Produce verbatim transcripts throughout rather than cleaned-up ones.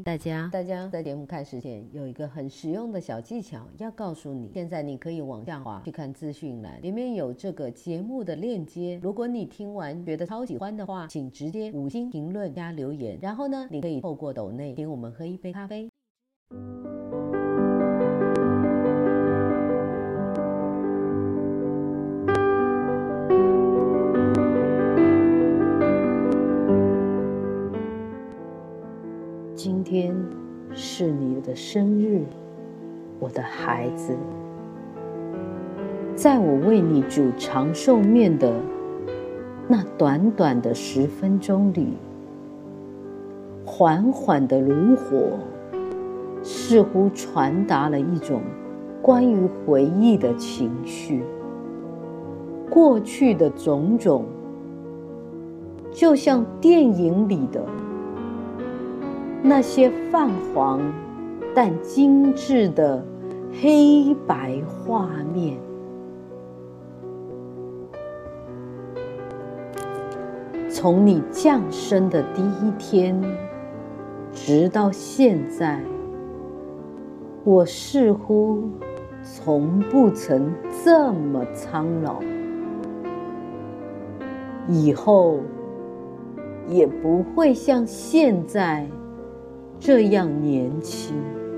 大家，大家在节目开始前有一个很实用的小技巧要告诉你。现在你可以往下滑去看资讯栏，里面有这个节目的链接。如果你听完觉得超喜欢的话，请直接五星评论加留言。然后呢，你可以透过抖内请我们喝一杯咖啡。今天是你的生日，我的孩子。在我为你煮长寿面的那短短的十分钟里，缓缓的炉火似乎传达了一种关于回忆的情绪。过去的种种，就像电影里的那些泛黄但精致的黑白画面，从你降生的第一天直到现在，我似乎从不曾这么苍老，以后也不会像现在这样年轻。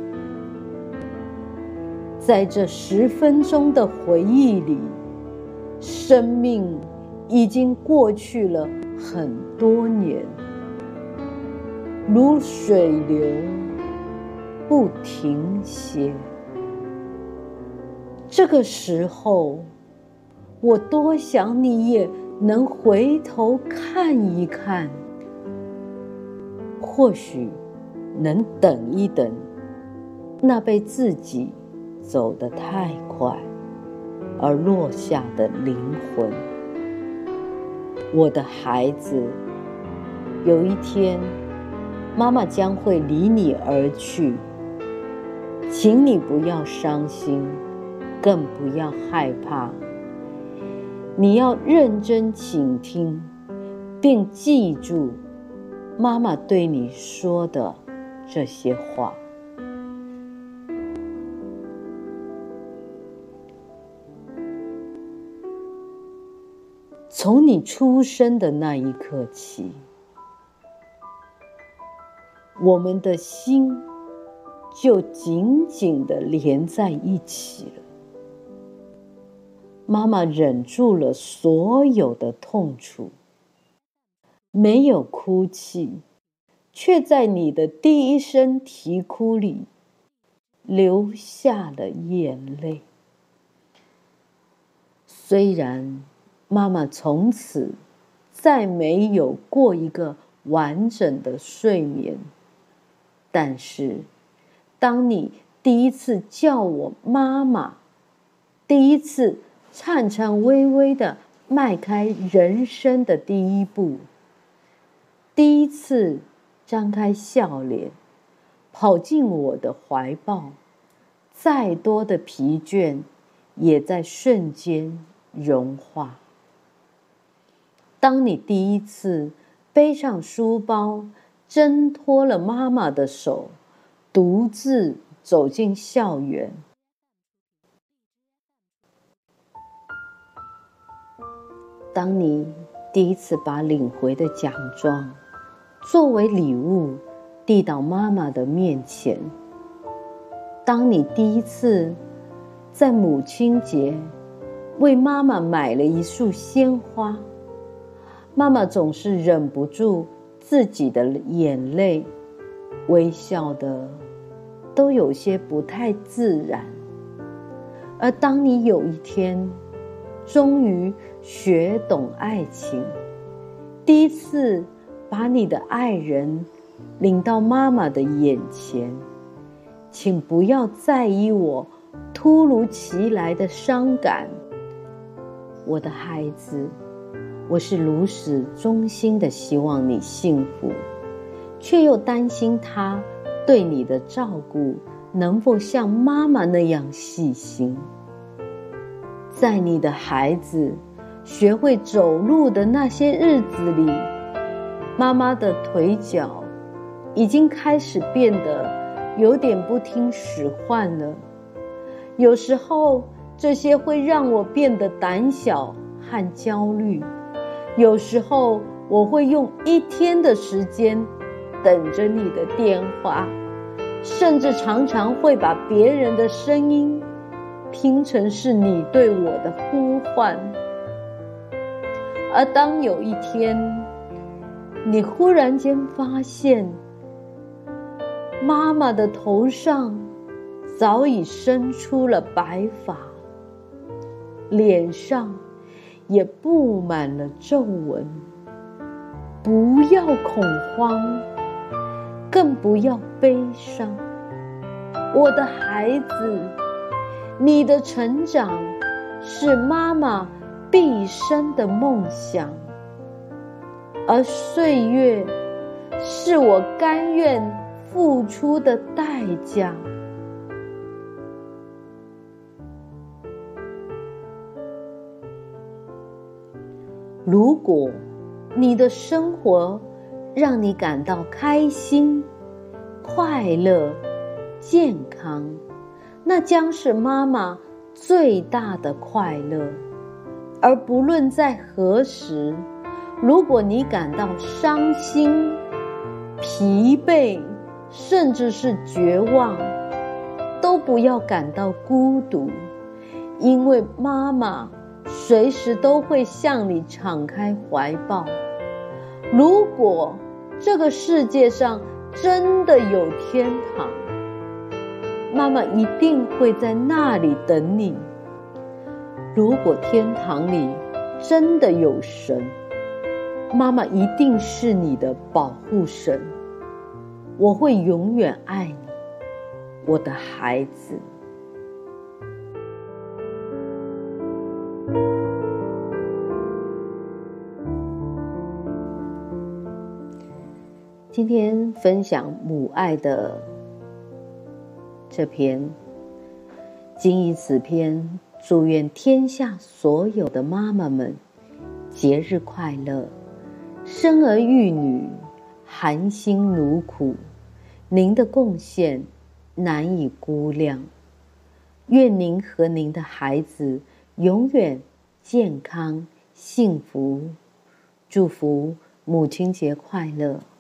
在这十分钟的回忆里，生命已经过去了很多年，如水流不停歇。这个时候，我多想你也能回头看一看，或许能等一等那被自己走得太快而落下的灵魂。我的孩子，有一天妈妈将会离你而去，请你不要伤心，更不要害怕。你要认真倾听，并记住妈妈对你说的这些话。从你出生的那一刻起，我们的心就紧紧地连在一起了。妈妈忍住了所有的痛楚，没有哭泣，却在你的第一声啼哭里流下了眼泪。虽然妈妈从此再没有过一个完整的睡眠，但是当你第一次叫我妈妈，第一次颤颤巍巍地迈开人生的第一步，第一次张开笑脸跑进我的怀抱，再多的疲倦也在瞬间融化。当你第一次背上书包，挣脱了妈妈的手，独自走进校园，当你第一次把领回的奖状作为礼物递到妈妈的面前，当你第一次在母亲节为妈妈买了一束鲜花，妈妈总是忍不住自己的眼泪，微笑的都有些不太自然。而当你有一天终于学懂爱情，第一次把你的爱人领到妈妈的眼前，请不要在意我突如其来的伤感。我的孩子，我是如始衷心的希望你幸福，却又担心他对你的照顾能否像妈妈那样细心。在你的孩子学会走路的那些日子里，妈妈的腿脚已经开始变得有点不听使唤了。有时候这些会让我变得胆小和焦虑，有时候我会用一天的时间等着你的电话，甚至常常会把别人的声音听成是你对我的呼唤。而当有一天你忽然间发现妈妈的头上早已生出了白发，脸上也布满了皱纹，不要恐慌，更不要悲伤。我的孩子，你的成长是妈妈毕生的梦想，而岁月是我甘愿付出的代价。如果你的生活让你感到开心、快乐、健康，那将是妈妈最大的快乐。而不论在何时，如果你感到伤心、疲惫，甚至是绝望，都不要感到孤独，因为妈妈随时都会向你敞开怀抱。如果这个世界上真的有天堂，妈妈一定会在那里等你。如果天堂里真的有神，妈妈一定是你的保护神。我会永远爱你，我的孩子。今天分享母爱的这篇，谨以此篇祝愿天下所有的妈妈们节日快乐，生儿育女，含辛茹苦，您的贡献难以估量。愿您和您的孩子永远健康幸福，祝福母亲节快乐。